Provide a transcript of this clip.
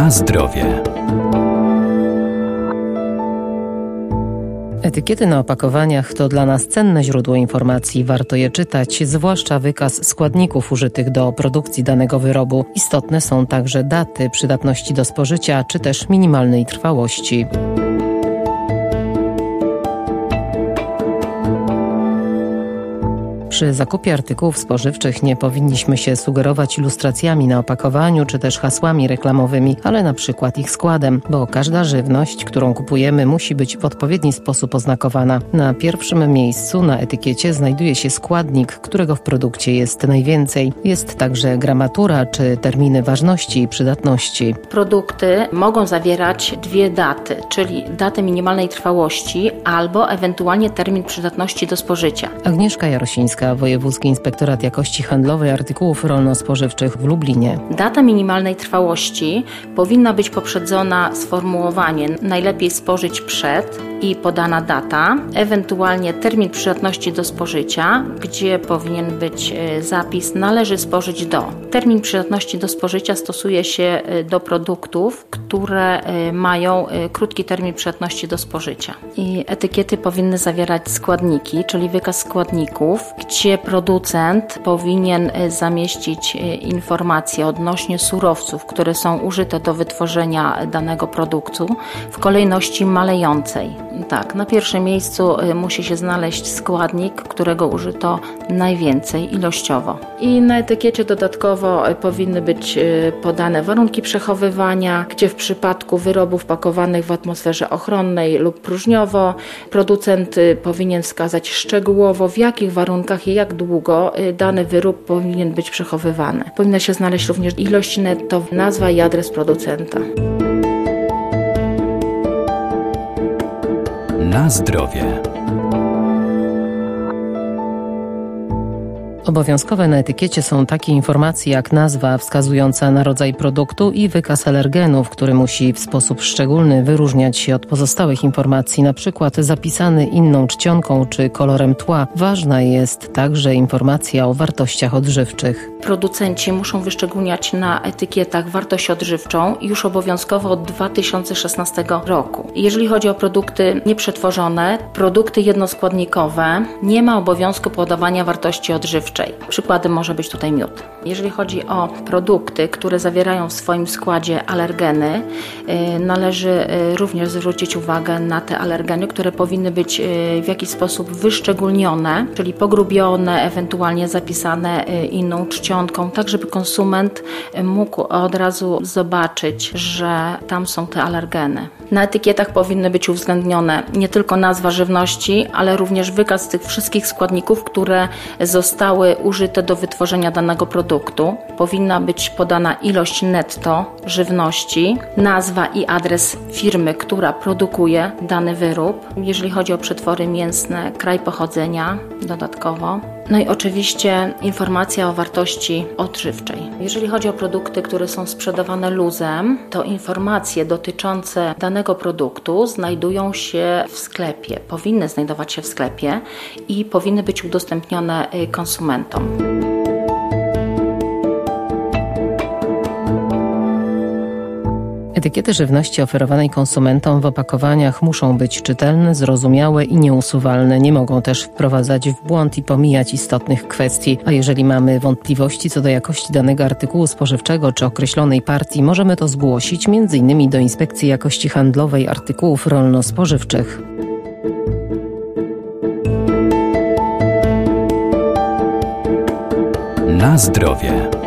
Na zdrowie. Etykiety na opakowaniach to dla nas cenne źródło informacji. Warto je czytać, zwłaszcza wykaz składników użytych do produkcji danego wyrobu. Istotne są także daty przydatności do spożycia, czy też minimalnej trwałości. Przy zakupie artykułów spożywczych nie powinniśmy się sugerować ilustracjami na opakowaniu czy też hasłami reklamowymi, ale na przykład ich składem, bo każda żywność, którą kupujemy, musi być w odpowiedni sposób oznakowana. Na pierwszym miejscu na etykiecie znajduje się składnik, którego w produkcie jest najwięcej. Jest także gramatura czy terminy ważności i przydatności. Produkty mogą zawierać dwie daty, czyli datę minimalnej trwałości albo ewentualnie termin przydatności do spożycia. Agnieszka Jarosińska, Wojewódzki Inspektorat Jakości Handlowej Artykułów Rolno-Spożywczych w Lublinie. Data minimalnej trwałości powinna być poprzedzona sformułowaniem najlepiej spożyć przed i podana data, ewentualnie termin przydatności do spożycia, gdzie powinien być zapis należy spożyć do. Termin przydatności do spożycia stosuje się do produktów, które mają krótki termin przydatności do spożycia. I etykiety powinny zawierać składniki, czyli wykaz składników, gdzie producent powinien zamieścić informacje odnośnie surowców, które są użyte do wytworzenia danego produktu w kolejności malejącej. Tak, na pierwszym miejscu musi się znaleźć składnik, którego użyto najwięcej ilościowo. I na etykiecie dodatkowo powinny być podane warunki przechowywania, gdzie w przypadku wyrobów pakowanych w atmosferze ochronnej lub próżniowo producent powinien wskazać szczegółowo, w jakich warunkach i jak długo dany wyrób powinien być przechowywany. Powinna się znaleźć również ilość netto, nazwa i adres producenta. Na zdrowie. Obowiązkowe na etykiecie są takie informacje jak nazwa wskazująca na rodzaj produktu i wykaz alergenów, który musi w sposób szczególny wyróżniać się od pozostałych informacji, na przykład zapisany inną czcionką czy kolorem tła. Ważna jest także informacja o wartościach odżywczych. Producenci muszą wyszczególniać na etykietach wartość odżywczą już obowiązkowo od 2016 roku. Jeżeli chodzi o produkty nieprzetworzone, produkty jednoskładnikowe, nie ma obowiązku podawania wartości odżywczej. Przykładem może być tutaj miód. Jeżeli chodzi o produkty, które zawierają w swoim składzie alergeny, należy również zwrócić uwagę na te alergeny, które powinny być w jakiś sposób wyszczególnione, czyli pogrubione, ewentualnie zapisane inną czcionką, tak żeby konsument mógł od razu zobaczyć, że tam są te alergeny. Na etykietach powinny być uwzględnione nie tylko nazwa żywności, ale również wykaz tych wszystkich składników, które zostały użyte do wytworzenia danego produktu. Powinna być podana ilość netto żywności, nazwa i adres firmy, która produkuje dany wyrób. Jeżeli chodzi o przetwory mięsne, kraj pochodzenia dodatkowo. No i oczywiście informacja o wartości odżywczej. Jeżeli chodzi o produkty, które są sprzedawane luzem, to informacje dotyczące danego produktu znajdują się w sklepie, powinny znajdować się w sklepie i powinny być udostępnione konsumentom. Etykiety żywności oferowanej konsumentom w opakowaniach muszą być czytelne, zrozumiałe i nieusuwalne. Nie mogą też wprowadzać w błąd i pomijać istotnych kwestii. A jeżeli mamy wątpliwości co do jakości danego artykułu spożywczego czy określonej partii, możemy to zgłosić m.in. do Inspekcji Jakości Handlowej Artykułów Rolno-Spożywczych. Na zdrowie.